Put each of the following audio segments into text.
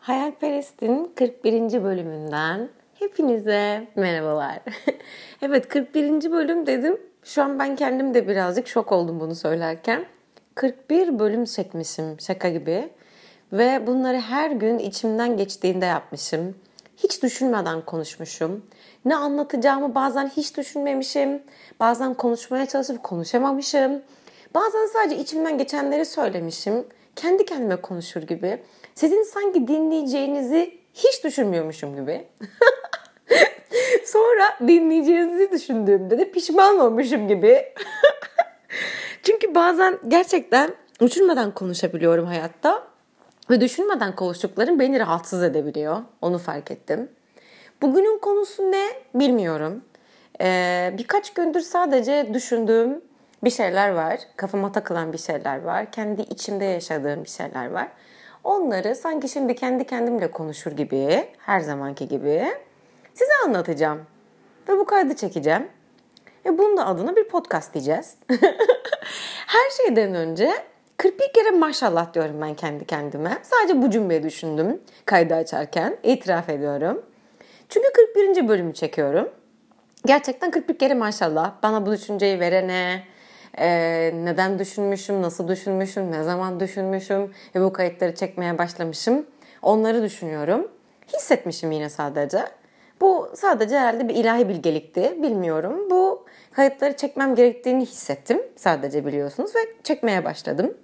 Hayalperest'in 41. bölümünden hepinize merhabalar. Evet, 41. bölüm dedim. Şu an ben kendim de birazcık şok oldum bunu söylerken. 41 bölüm çekmişim şaka gibi. Ve bunları her gün içimden geçtiğinde yapmışım. Hiç düşünmeden konuşmuşum. Ne anlatacağımı bazen hiç düşünmemişim. Bazen konuşmaya çalışıp konuşamamışım. Bazen sadece içimden geçenleri söylemişim. Kendi kendime konuşur gibi. Sizin sanki dinleyeceğinizi hiç düşünmüyormuşum gibi. Sonra dinleyeceğinizi düşündüğümde de pişman olmuşum gibi. Çünkü bazen gerçekten düşünmeden konuşabiliyorum hayatta. Ve düşünmeden konuştuklarım beni rahatsız edebiliyor. Onu fark ettim. Bugünün konusu ne bilmiyorum. Birkaç gündür sadece düşündüğüm bir şeyler var. Kafama takılan bir şeyler var. Kendi içimde yaşadığım bir şeyler var. Onları sanki şimdi kendi kendimle konuşur gibi, her zamanki gibi size anlatacağım. Ve bu kaydı çekeceğim. Ve bunun da adına bir podcast diyeceğiz. Her şeyden önce 41 kere maşallah diyorum ben kendi kendime. Sadece bu cümleyi düşündüm kaydı açarken. İtiraf ediyorum. Çünkü 41. bölümü çekiyorum. Gerçekten 41 kere maşallah. Bana bu düşünceyi verene, neden düşünmüşüm, nasıl düşünmüşüm, ne zaman düşünmüşüm ve bu kayıtları çekmeye başlamışım. Onları düşünüyorum. Hissetmişim yine sadece. Bu sadece herhalde bir ilahi bilgelikti. Bilmiyorum. Bu kayıtları çekmem gerektiğini hissettim. Sadece biliyorsunuz ve çekmeye başladım.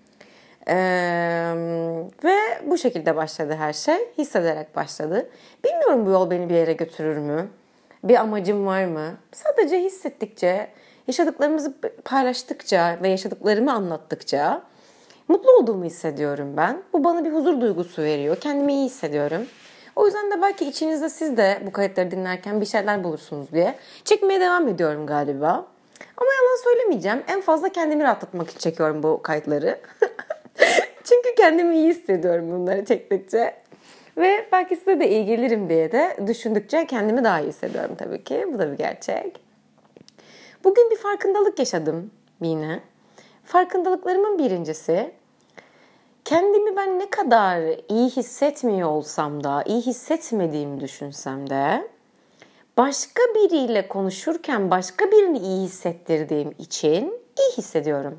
Ve bu şekilde başladı her şey. Hissederek başladı. Bilmiyorum bu yol beni bir yere götürür mü? Bir amacım var mı? Sadece hissettikçe, yaşadıklarımızı paylaştıkça ve yaşadıklarımı anlattıkça mutlu olduğumu hissediyorum ben. Bu bana bir huzur duygusu veriyor. Kendimi iyi hissediyorum. O yüzden de belki içinizde siz de bu kayıtları dinlerken bir şeyler bulursunuz diye çekmeye devam ediyorum galiba. Ama yalan söylemeyeceğim. En fazla kendimi rahatlatmak için çekiyorum bu kayıtları. Çünkü kendimi iyi hissediyorum bunları çektikçe. Ve belki size de iyi gelirim diye de düşündükçe kendimi daha iyi hissediyorum tabii ki. Bu da bir gerçek. Bugün bir farkındalık yaşadım yine. Farkındalıklarımın birincisi, kendimi ben ne kadar iyi hissetmiyor olsam da, iyi hissetmediğimi düşünsem de, başka biriyle konuşurken başka birini iyi hissettirdiğim için iyi hissediyorum.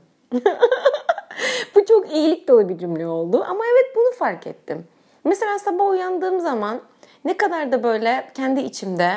Bu çok iyilik dolu bir cümle oldu ama evet bunu fark ettim. Mesela sabah uyandığım zaman ne kadar da böyle kendi içimde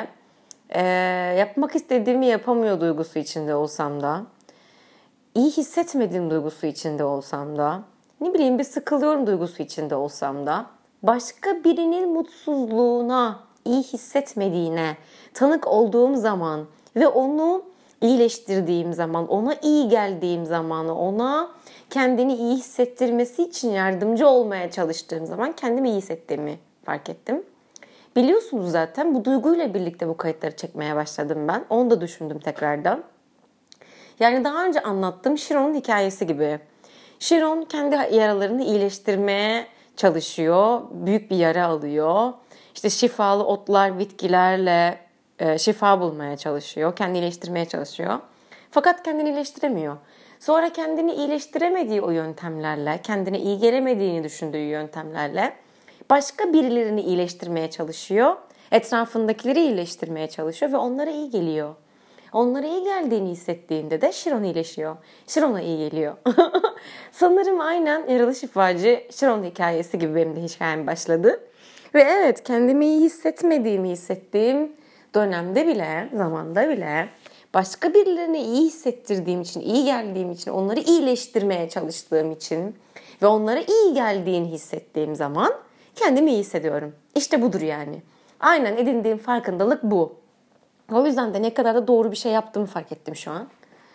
yapmak istediğimi yapamıyor duygusu içinde olsam da, iyi hissetmediğim duygusu içinde olsam da, ne bileyim bir sıkılıyorum duygusu içinde olsam da, başka birinin mutsuzluğuna, iyi hissetmediğine tanık olduğum zaman ve onu iyileştirdiğim zaman, ona iyi geldiğim zaman, ona kendini iyi hissettirmesi için yardımcı olmaya çalıştığım zaman kendimi iyi hissettiğimi fark ettim. Biliyorsunuz zaten bu duyguyla birlikte bu kayıtları çekmeye başladım ben. Onu da düşündüm tekrardan. Yani daha önce anlattığım Chiron'un hikayesi gibi. Chiron kendi yaralarını iyileştirmeye çalışıyor. Büyük bir yara alıyor. İşte şifalı otlar, bitkilerle şifa bulmaya çalışıyor. Kendini iyileştirmeye çalışıyor. Fakat kendini iyileştiremiyor. Sonra kendini iyileştiremediği o yöntemlerle, kendine iyi gelemediğini düşündüğü yöntemlerle başka birilerini iyileştirmeye çalışıyor. Etrafındakileri iyileştirmeye çalışıyor ve onlara iyi geliyor. Onlara iyi geldiğini hissettiğinde de Chiron iyileşiyor. Chiron'a iyi geliyor. Sanırım aynen yaralı şifacı Chiron hikayesi gibi benim de hikayem başladı. Ve evet, kendimi iyi hissetmediğimi hissettiğim dönemde bile, zamanda bile başka birilerine iyi hissettirdiğim için, iyi geldiğim için, onları iyileştirmeye çalıştığım için ve onlara iyi geldiğini hissettiğim zaman kendimi iyi hissediyorum. İşte budur yani. Aynen edindiğim farkındalık bu. O yüzden de ne kadar da doğru bir şey yaptığımı fark ettim şu an.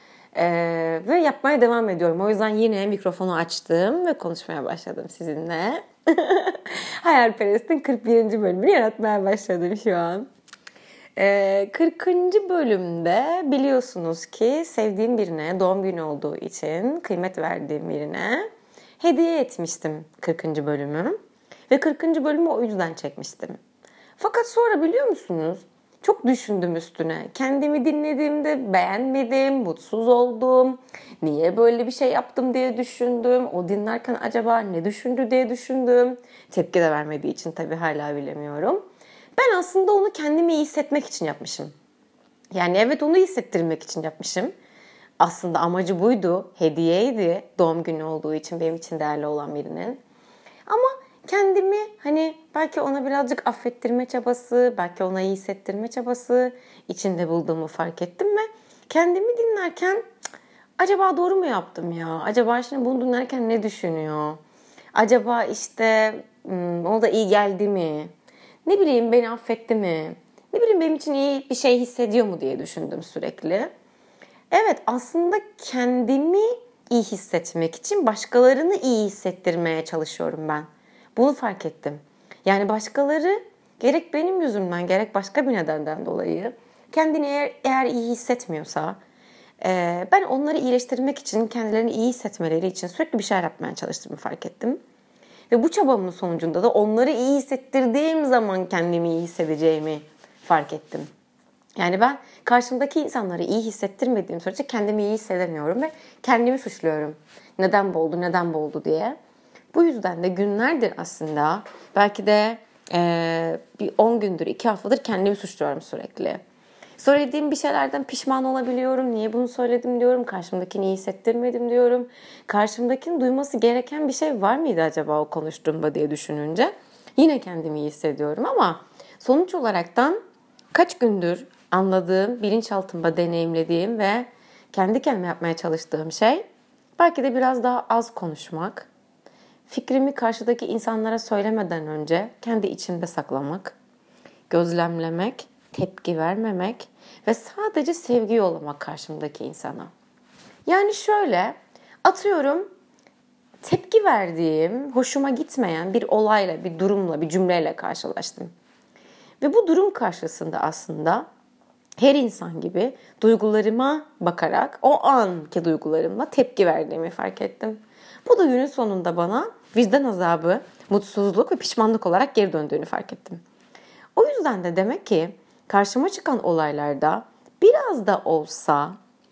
Ve yapmaya devam ediyorum. O yüzden yine mikrofonu açtım ve konuşmaya başladım sizinle. Hayalperest'in 41. bölümünü yaratmaya başladım şu an. 40. bölümde biliyorsunuz ki sevdiğim birine, doğum günü olduğu için kıymet verdiğim birine hediye etmiştim 40. bölümü. Ve 40. bölümü o yüzden çekmiştim. Fakat sonra biliyor musunuz? Çok düşündüm üstüne. Kendimi dinlediğimde beğenmedim, mutsuz oldum. Niye böyle bir şey yaptım diye düşündüm. O dinlerken acaba ne düşündü diye düşündüm. Tepki de vermediği için tabii hala bilemiyorum. Ben aslında onu kendimi iyi hissetmek için yapmışım. Yani evet, onu hissettirmek için yapmışım. Aslında amacı buydu. Hediyeydi. Doğum günü olduğu için benim için değerli olan birinin. Ama kendimi hani belki ona birazcık affettirme çabası, belki ona iyi hissettirme çabası içinde bulduğumu fark ettim ve kendimi dinlerken acaba doğru mu yaptım ya? Acaba şimdi bunu dinlerken ne düşünüyor? Acaba işte o da iyi geldi mi? Ne bileyim, beni affetti mi? Ne bileyim, benim için iyi bir şey hissediyor mu diye düşündüm sürekli. Evet, aslında kendimi iyi hissetmek için başkalarını iyi hissettirmeye çalışıyorum ben. Bunu fark ettim. Yani başkaları gerek benim yüzümden gerek başka bir nedenden dolayı kendini eğer iyi hissetmiyorsa ben onları iyileştirmek için, kendilerini iyi hissetmeleri için sürekli bir şeyler yapmaya çalıştığımı fark ettim. Ve bu çabamın sonucunda da onları iyi hissettirdiğim zaman kendimi iyi hissedeceğimi fark ettim. Yani ben karşımdaki insanları iyi hissettirmediğim sürece kendimi iyi hissedemiyorum ve kendimi suçluyorum. Neden bu oldu diye. Bu yüzden de günlerdir aslında belki de bir 10 gündür, 2 haftadır kendimi suçluyorum sürekli. Söylediğim bir şeylerden pişman olabiliyorum. Niye bunu söyledim diyorum. Karşımdakini iyi hissettirmedim diyorum. Karşımdakinin duyması gereken bir şey var mıydı acaba o konuştuğumda diye düşününce. Yine kendimi iyi hissediyorum ama sonuç olaraktan kaç gündür anladığım, bilinçaltımda deneyimlediğim ve kendi kendime yapmaya çalıştığım şey belki de biraz daha az konuşmak, fikrimi karşıdaki insanlara söylemeden önce kendi içimde saklamak, gözlemlemek, tepki vermemek ve sadece sevgi yollamak karşımdaki insana. Yani şöyle, atıyorum, tepki verdiğim, hoşuma gitmeyen bir olayla, bir durumla, bir cümleyle karşılaştım. Ve bu durum karşısında aslında her insan gibi duygularıma bakarak o anki duygularımla tepki verdiğimi fark ettim. Bu da günün sonunda bana vicdan azabı, mutsuzluk ve pişmanlık olarak geri döndüğünü fark ettim. O yüzden de demek ki karşıma çıkan olaylarda biraz da olsa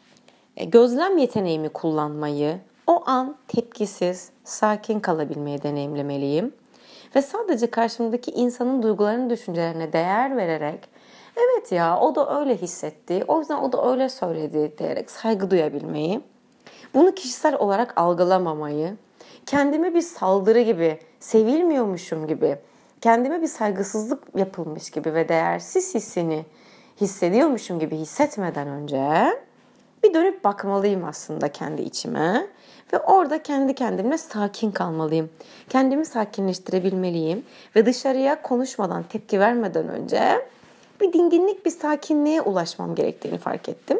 gözlem yeteneğimi kullanmayı, o an tepkisiz, sakin kalabilmeyi deneyimlemeliyim. Ve sadece karşımdaki insanın duygularını, düşüncelerine değer vererek evet ya, o da öyle hissetti, o yüzden o da öyle söyledi diyerek saygı duyabilmeyi, bunu kişisel olarak algılamamayı, kendime bir saldırı gibi, sevilmiyormuşum gibi, kendime bir saygısızlık yapılmış gibi ve değersiz hissini hissediyormuşum gibi hissetmeden önce bir dönüp bakmalıyım aslında kendi içime ve orada kendi kendimle sakin kalmalıyım. Kendimi sakinleştirebilmeliyim ve dışarıya konuşmadan, tepki vermeden önce bir dinginlik, bir sakinliğe ulaşmam gerektiğini fark ettim.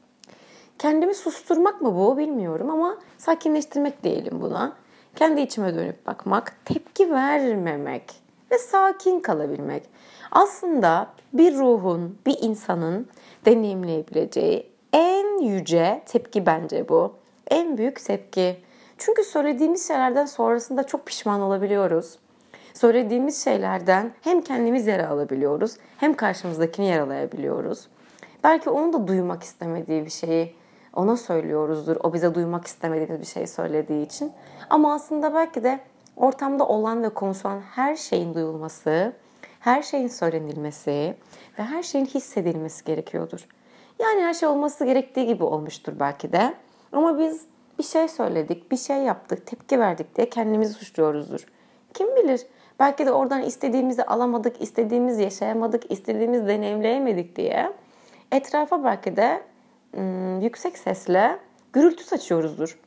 Kendimi susturmak mı bu bilmiyorum ama sakinleştirmek diyelim buna. Kendi içime dönüp bakmak, tepki vermemek ve sakin kalabilmek. Aslında bir ruhun, bir insanın deneyimleyebileceği en yüce tepki bence bu. En büyük tepki. Çünkü söylediğimiz şeylerden sonrasında çok pişman olabiliyoruz. Söylediğimiz şeylerden hem kendimiz yara alabiliyoruz hem karşımızdakini yaralayabiliyoruz. Belki onun da duymak istemediği bir şeyi ona söylüyoruzdur. O bize duymak istemediğimiz bir şey söylediği için. Ama aslında belki de ortamda olan ve konuşulan her şeyin duyulması, her şeyin söylenilmesi ve her şeyin hissedilmesi gerekiyordur. Yani her şey olması gerektiği gibi olmuştur belki de. Ama biz bir şey söyledik, bir şey yaptık, tepki verdik diye kendimizi suçluyoruzdur. Kim bilir? Belki de oradan istediğimizi alamadık, istediğimizi yaşayamadık, istediğimizi deneyimleyemedik diye etrafa belki de yüksek sesle gürültü saçıyoruzdur.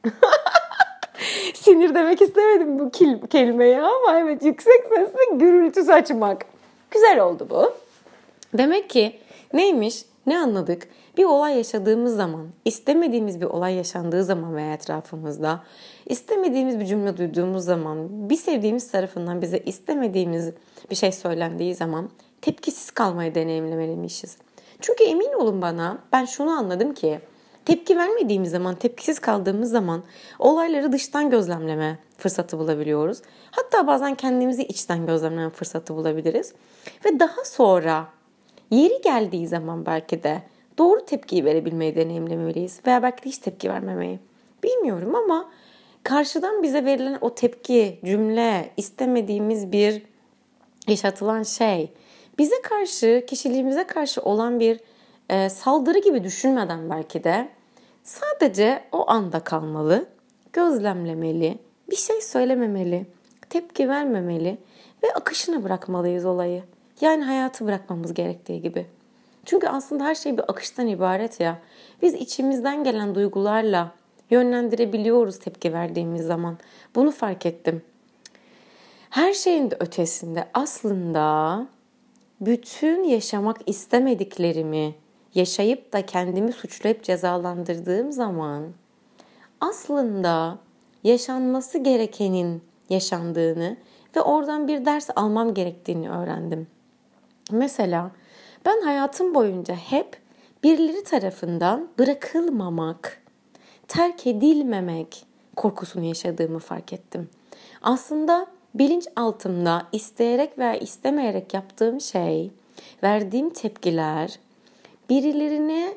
Sinir demek istemedim bu kelimeyi ama evet, yüksek sesle gürültü saçmak. Güzel oldu bu. Demek ki neymiş? Ne anladık? Bir olay yaşadığımız zaman, istemediğimiz bir olay yaşandığı zaman veya etrafımızda, istemediğimiz bir cümle duyduğumuz zaman, bir sevdiğimiz tarafından bize istemediğimiz bir şey söylendiği zaman tepkisiz kalmayı deneyimlemeliymişiz. Çünkü emin olun bana, ben şunu anladım ki tepki vermediğimiz zaman, tepkisiz kaldığımız zaman olayları dıştan gözlemleme fırsatı bulabiliyoruz. Hatta bazen kendimizi içten gözlemleme fırsatı bulabiliriz. Ve daha sonra Yeri geldiği zaman belki de doğru tepkiyi verebilmeyi deneyimlemeliyiz. Veya belki de hiç tepki vermemeyi. Bilmiyorum ama karşıdan bize verilen o tepki, cümle, istemediğimiz bir yaşatılan şey bize karşı, kişiliğimize karşı olan bir saldırı gibi düşünmeden belki de sadece o anda kalmalı, gözlemlemeli, bir şey söylememeli, tepki vermemeli ve akışına bırakmalıyız olayı. Yani hayatı bırakmamız gerektiği gibi. Çünkü aslında her şey bir akıştan ibaret ya. Biz içimizden gelen duygularla yönlendirebiliyoruz tepki verdiğimiz zaman. Bunu fark ettim. Her şeyin de ötesinde aslında bütün yaşamak istemediklerimi yaşayıp da kendimi suçlayıp cezalandırdığım zaman aslında yaşanması gerekenin yaşandığını ve oradan bir ders almam gerektiğini öğrendim. Mesela ben hayatım boyunca hep birileri tarafından bırakılmamak, terk edilmemek korkusunu yaşadığımı fark ettim. Aslında bilinçaltımda isteyerek veya istemeyerek yaptığım şey, verdiğim tepkiler birilerine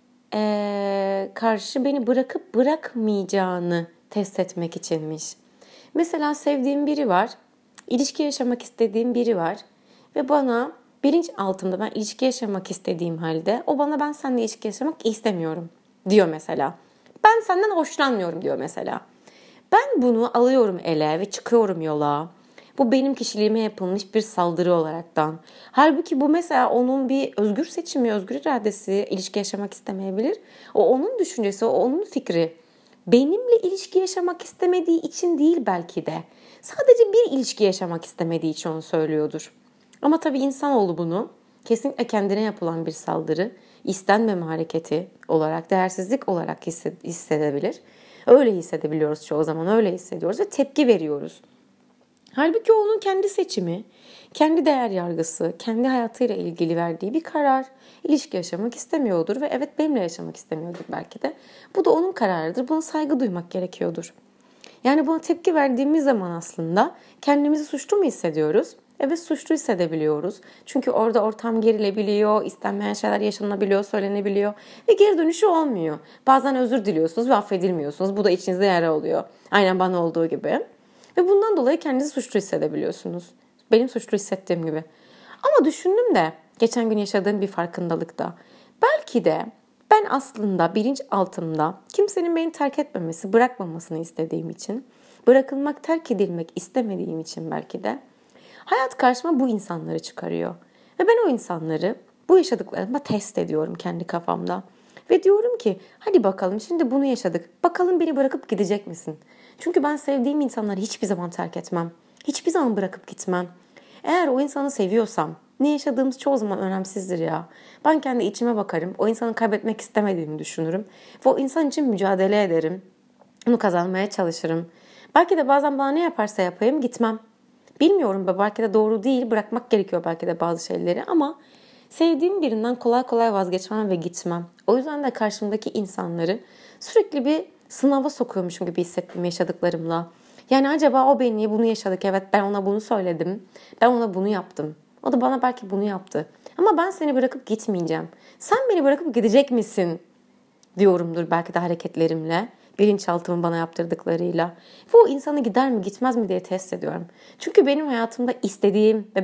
karşı beni bırakıp bırakmayacağını test etmek içinmiş. Mesela sevdiğim biri var, ilişki yaşamak istediğim biri var ve bana bilinçaltımda ben ilişki yaşamak istediğim halde o bana ben seninle ilişki yaşamak istemiyorum diyor mesela. Ben senden hoşlanmıyorum diyor mesela. Ben bunu alıyorum ele ve çıkıyorum yola. Bu benim kişiliğime yapılmış bir saldırı olaraktan. Halbuki bu mesela onun bir özgür seçimi, özgür iradesi, ilişki yaşamak istemeyebilir. O onun düşüncesi, o onun fikri. Benimle ilişki yaşamak istemediği için değil belki de. Sadece bir ilişki yaşamak istemediği için onu söylüyordur. Ama tabii insanoğlu bunu kesinlikle kendine yapılan bir saldırı, istenmeme hareketi olarak, değersizlik olarak hissedebilir. Öyle hissedebiliyoruz çoğu zaman, öyle hissediyoruz ve tepki veriyoruz. Halbuki o onun kendi seçimi, kendi değer yargısı, kendi hayatıyla ilgili verdiği bir karar. İlişki yaşamak istemiyordur ve evet benimle yaşamak istemiyordur belki de. Bu da onun kararıdır. Buna saygı duymak gerekiyordur. Yani buna tepki verdiğimiz zaman aslında kendimizi suçlu mu hissediyoruz? Evet suçlu hissedebiliyoruz. Çünkü orada ortam gerilebiliyor, istenmeyen şeyler yaşanabiliyor, söylenebiliyor ve geri dönüşü olmuyor. Bazen özür diliyorsunuz ve affedilmiyorsunuz. Bu da içinizde yer alıyor. Aynen bana olduğu gibi. Ve bundan dolayı kendinizi suçlu hissedebiliyorsunuz. Benim suçlu hissettiğim gibi. Ama düşündüm de geçen gün yaşadığım bir farkındalıkta. Belki de ben aslında bilinçaltımda kimsenin beni terk etmemesi, bırakmamasını istediğim için, bırakılmak, terk edilmek istemediğim için belki de hayat karşıma bu insanları çıkarıyor. Ve ben o insanları bu yaşadıklarımda test ediyorum kendi kafamda. Ve diyorum ki hadi bakalım şimdi bunu yaşadık. Bakalım beni bırakıp gidecek misin? Çünkü ben sevdiğim insanları hiçbir zaman terk etmem. Hiçbir zaman bırakıp gitmem. Eğer o insanı seviyorsam ne yaşadığımız çoğu zaman önemsizdir ya. Ben kendi içime bakarım. O insanı kaybetmek istemediğimi düşünürüm. Ve o insan için mücadele ederim. Onu kazanmaya çalışırım. Belki de bazen bana ne yaparsa yapayım gitmem. Bilmiyorum belki de doğru değil. Bırakmak gerekiyor belki de bazı şeyleri ama sevdiğim birinden kolay kolay vazgeçmem ve gitmem. O yüzden de karşımdaki insanları sürekli bir sınava sokuyormuşum gibi hissettim yaşadıklarımla. Yani acaba o benimle bunu yaşadık. Evet ben ona bunu söyledim. Ben ona bunu yaptım. O da bana belki bunu yaptı. Ama ben seni bırakıp gitmeyeceğim. Sen beni bırakıp gidecek misin? Diyorumdur belki de hareketlerimle. Bilinçaltımın bana yaptırdıklarıyla. Ve o insanı gider mi gitmez mi diye test ediyorum. Çünkü benim hayatımda istediğim ve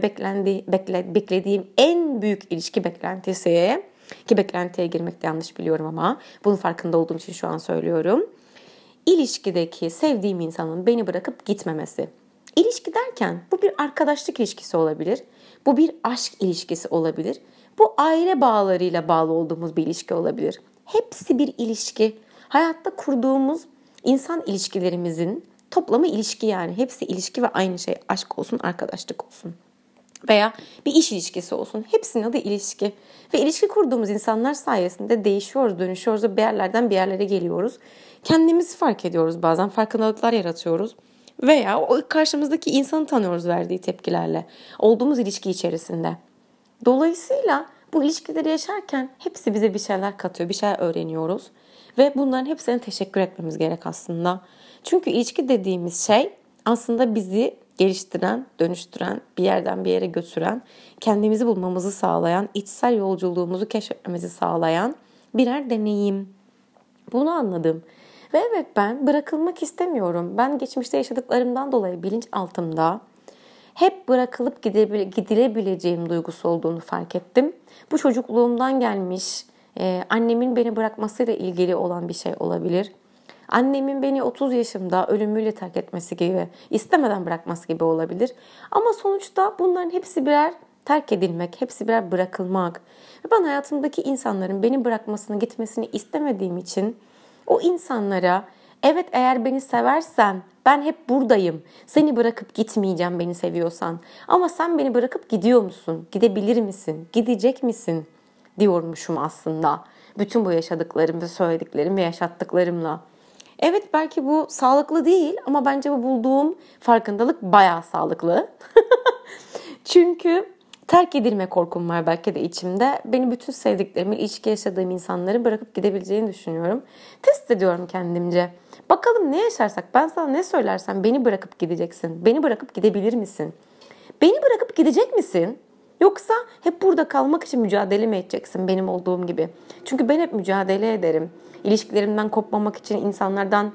beklediğim en büyük ilişki beklentisi, ki beklentiye girmek de yanlış biliyorum ama bunun farkında olduğum için şu an söylüyorum. İlişkideki sevdiğim insanın beni bırakıp gitmemesi. İlişki derken bu bir arkadaşlık ilişkisi olabilir. Bu bir aşk ilişkisi olabilir. Bu aile bağlarıyla bağlı olduğumuz bir ilişki olabilir. Hepsi bir ilişki. Hayatta kurduğumuz insan ilişkilerimizin toplamı ilişki yani. Hepsi ilişki ve aynı şey. Aşk olsun, arkadaşlık olsun. Veya bir iş ilişkisi olsun. Hepsinin adı ilişki. Ve ilişki kurduğumuz insanlar sayesinde değişiyoruz, dönüşüyoruz ve bir yerlerden bir yerlere geliyoruz. Kendimizi fark ediyoruz bazen. Farkındalıklar yaratıyoruz. Veya o karşımızdaki insanı tanıyoruz verdiği tepkilerle. Olduğumuz ilişki içerisinde. Dolayısıyla bu ilişkileri yaşarken hepsi bize bir şeyler katıyor, bir şeyler öğreniyoruz. Ve bunların hepsine teşekkür etmemiz gerek aslında. Çünkü ilişki dediğimiz şey aslında bizi geliştiren, dönüştüren, bir yerden bir yere götüren, kendimizi bulmamızı sağlayan, içsel yolculuğumuzu keşfetmemizi sağlayan birer deneyim. Bunu anladım. Ve evet, ben bırakılmak istemiyorum. Ben geçmişte yaşadıklarımdan dolayı bilinçaltımda hep bırakılıp gidilebileceğim duygusu olduğunu fark ettim. Bu çocukluğumdan gelmiş, annemin beni bırakmasıyla ilgili olan bir şey olabilir. Annemin beni 30 yaşımda ölümüyle terk etmesi gibi, istemeden bırakması gibi olabilir. Ama sonuçta bunların hepsi birer terk edilmek, hepsi birer bırakılmak. Ve ben hayatımdaki insanların beni bırakmasını, gitmesini istemediğim için o insanlara, evet eğer beni seversen ben hep buradayım, seni bırakıp gitmeyeceğim beni seviyorsan. Ama sen beni bırakıp gidiyor musun? Gidebilir misin? Gidecek misin? Diyormuşum aslında. Bütün bu yaşadıklarım ve söylediklerim ve yaşattıklarımla. Evet, belki bu sağlıklı değil ama bence bu bulduğum farkındalık bayağı sağlıklı. Çünkü terk edilme korkum var belki de içimde. Beni bütün sevdiklerimi, ilişki yaşadığım insanları bırakıp gidebileceğini düşünüyorum. Test ediyorum kendimce. Bakalım ne yaşarsak, ben sana ne söylersem beni bırakıp gideceksin. Beni bırakıp gidebilir misin? Beni bırakıp gidecek misin? Yoksa hep burada kalmak için mücadele mi edeceksin benim olduğum gibi? Çünkü ben hep mücadele ederim. İlişkilerimden kopmamak için, insanlardan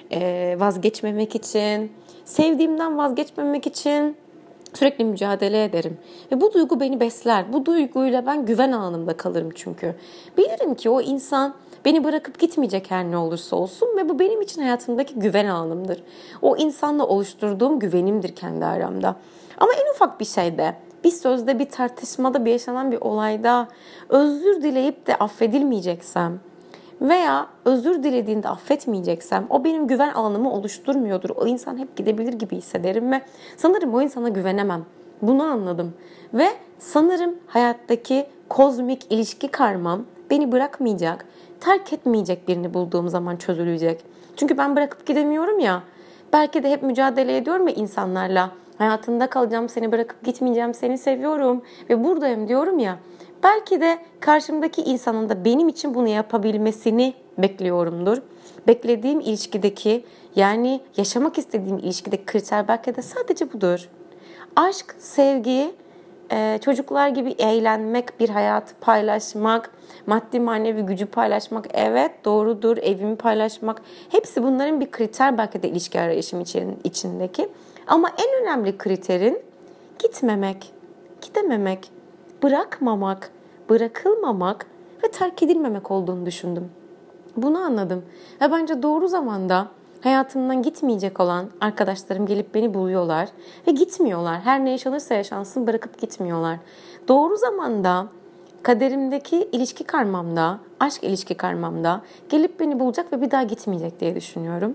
vazgeçmemek için, sevdiğimden vazgeçmemek için sürekli mücadele ederim. Ve bu duygu beni besler. Bu duyguyla ben güven alanımda kalırım çünkü. Bilirim ki o insan beni bırakıp gitmeyecek her ne olursa olsun ve bu benim için hayatımdaki güven alanımdır. O insanla oluşturduğum güvenimdir kendi aramda. Ama en ufak bir şeyde, bir sözde, bir tartışmada, bir yaşanan bir olayda özür dileyip de affedilmeyeceksem veya özür dilediğinde affetmeyeceksem o benim güven alanımı oluşturmuyordur. O insan hep gidebilir gibi hissederim ve sanırım o insana güvenemem. Bunu anladım. Ve sanırım hayattaki kozmik ilişki karmam beni bırakmayacak, terk etmeyecek birini bulduğum zaman çözülecek. Çünkü ben bırakıp gidemiyorum ya. Belki de hep mücadele ediyorum ya insanlarla. Hayatında kalacağım, seni bırakıp gitmeyeceğim, seni seviyorum ve buradayım diyorum ya. Belki de karşımdaki insanın da benim için bunu yapabilmesini bekliyorumdur. Beklediğim ilişkideki, yani yaşamak istediğim ilişkideki kriter belki de sadece budur. Aşk, sevgi, çocuklar gibi eğlenmek, bir hayatı paylaşmak, maddi manevi gücü paylaşmak, evet doğrudur, evimi paylaşmak. Hepsi bunların bir kriter belki de ilişki arayışım içindeki. Ama en önemli kriterin gitmemek, gidememek, bırakmamak, bırakılmamak ve terk edilmemek olduğunu düşündüm. Bunu anladım. Ve bence doğru zamanda hayatımdan gitmeyecek olan arkadaşlarım gelip beni buluyorlar ve gitmiyorlar. Her ne yaşanırsa yaşansın bırakıp gitmiyorlar. Doğru zamanda kaderimdeki ilişki karmamda, aşk ilişki karmamda gelip beni bulacak ve bir daha gitmeyecek diye düşünüyorum.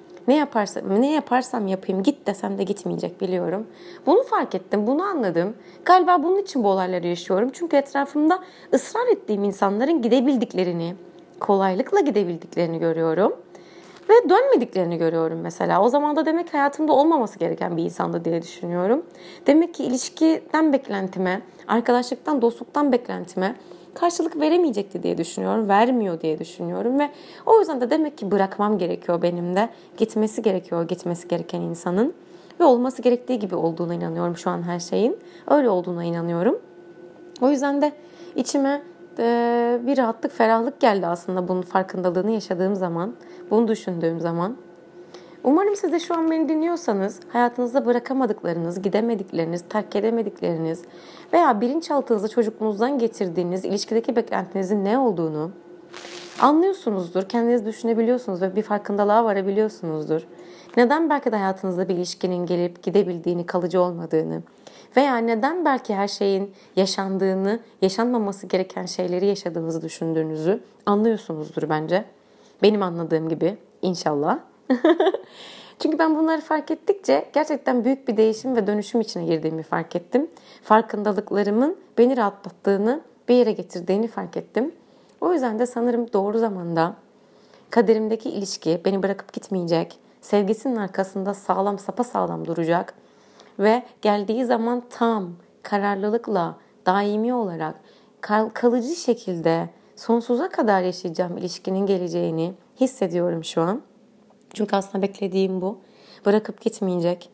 Ne yaparsam yapayım git desem de gitmeyecek biliyorum. Bunu fark ettim, bunu anladım. Galiba bunun için bu olayları yaşıyorum. Çünkü etrafımda ısrar ettiğim insanların gidebildiklerini, kolaylıkla gidebildiklerini görüyorum. Ve dönmediklerini görüyorum mesela. O zaman da demek hayatımda olmaması gereken bir insandı diye düşünüyorum. Demek ki ilişkiden beklentime, arkadaşlıktan, dostluktan beklentime karşılık veremeyecekti diye düşünüyorum. Vermiyor diye düşünüyorum ve o yüzden de demek ki bırakmam gerekiyor benim de. Gitmesi gerekiyor gitmesi gereken insanın. Ve olması gerektiği gibi olduğuna inanıyorum şu an her şeyin. Öyle olduğuna inanıyorum. O yüzden de içime bir rahatlık, ferahlık geldi aslında bunun farkındalığını yaşadığım zaman, bunu düşündüğüm zaman. Umarım siz de şu an beni dinliyorsanız hayatınızda bırakamadıklarınız, gidemedikleriniz, terk edemedikleriniz veya bilinçaltınızda çocukluğunuzdan getirdiğiniz ilişkideki beklentinizin ne olduğunu anlıyorsunuzdur, kendiniz düşünebiliyorsunuz ve bir farkındalığa varabiliyorsunuzdur. Neden belki de hayatınızda bir ilişkinin gelip gidebildiğini, kalıcı olmadığını veya neden belki her şeyin yaşandığını, yaşanmaması gereken şeyleri yaşadığınızı düşündüğünüzü anlıyorsunuzdur bence. Benim anladığım gibi inşallah. Çünkü ben bunları fark ettikçe gerçekten büyük bir değişim ve dönüşüm içine girdiğimi fark ettim. Farkındalıklarımın beni rahatlattığını, bir yere getirdiğini fark ettim. O yüzden de sanırım doğru zamanda kaderimdeki ilişki beni bırakıp gitmeyecek, sevgisinin arkasında sağlam, sapasağlam duracak ve geldiği zaman tam kararlılıkla, daimi olarak, kalıcı şekilde sonsuza kadar yaşayacağım ilişkinin geleceğini hissediyorum şu an. Çünkü aslında beklediğim bu. Bırakıp gitmeyecek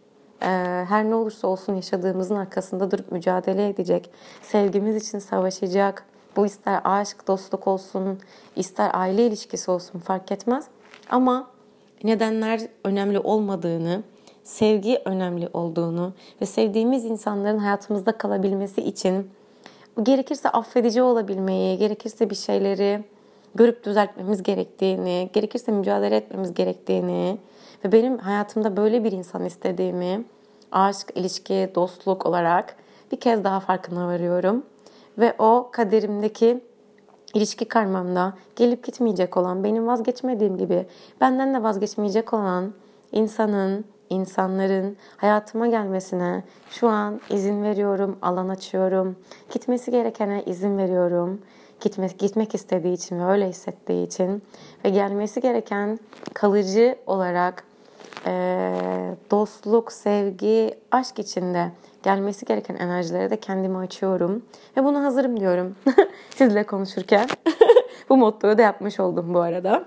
her ne olursa olsun yaşadığımızın arkasında durup mücadele edecek. Sevgimiz için savaşacak. Bu ister aşk, dostluk olsun, ister aile ilişkisi olsun fark etmez. Ama nedenler önemli olmadığını, sevgi önemli olduğunu ve sevdiğimiz insanların hayatımızda kalabilmesi için gerekirse affedici olabilmeyi, gerekirse bir şeyleri görüp düzeltmemiz gerektiğini, gerekirse mücadele etmemiz gerektiğini ve benim hayatımda böyle bir insan istediğimi aşk, ilişki, dostluk olarak bir kez daha farkına varıyorum. Ve o kaderimdeki ilişki karmamda gelip gitmeyecek olan, benim vazgeçmediğim gibi benden de vazgeçmeyecek olan insanların hayatıma gelmesine şu an izin veriyorum, alan açıyorum. Gitmesi gerekene izin veriyorum. Gitmek istediği için ve öyle hissettiği için ve gelmesi gereken kalıcı olarak dostluk, sevgi, aşk içinde gelmesi gereken enerjilere de kendimi açıyorum. Ve buna hazırım diyorum sizle konuşurken. Bu mottoyu da yapmış oldum bu arada.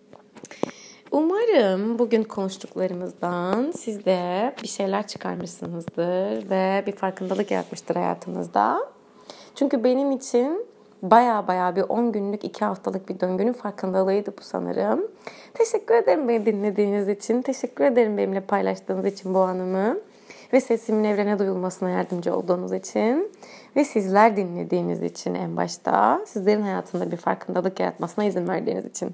Umarım bugün konuştuklarımızdan siz de bir şeyler çıkarmışsınızdır ve bir farkındalık yaratmıştır hayatınızda. Çünkü benim için baya bir 10 günlük 2 haftalık bir döngünün farkındalığıydı bu sanırım. Teşekkür ederim beni dinlediğiniz için. Teşekkür ederim benimle paylaştığınız için bu anımı. Ve sesimin evrene duyulmasına yardımcı olduğunuz için. Ve sizler dinlediğiniz için en başta. Sizlerin hayatında bir farkındalık yaratmasına izin verdiğiniz için.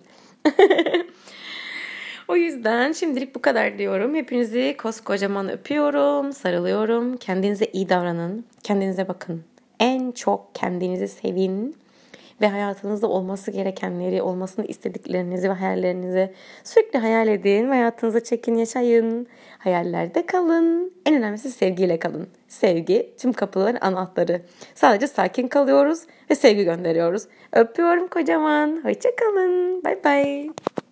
O yüzden şimdilik bu kadar diyorum. Hepinizi koskocaman öpüyorum, sarılıyorum. Kendinize iyi davranın. Kendinize bakın. En çok kendinizi sevin. Ve hayatınızda olması gerekenleri, olmasını istediklerinizi ve hayallerinizi sürekli hayal edin. Hayatınıza çekin, yaşayın. Hayallerde kalın. En önemlisi sevgiyle kalın. Sevgi tüm kapıların anahtarı. Sadece sakin kalıyoruz ve sevgi gönderiyoruz. Öpüyorum kocaman. Hoşça kalın. Bye bye.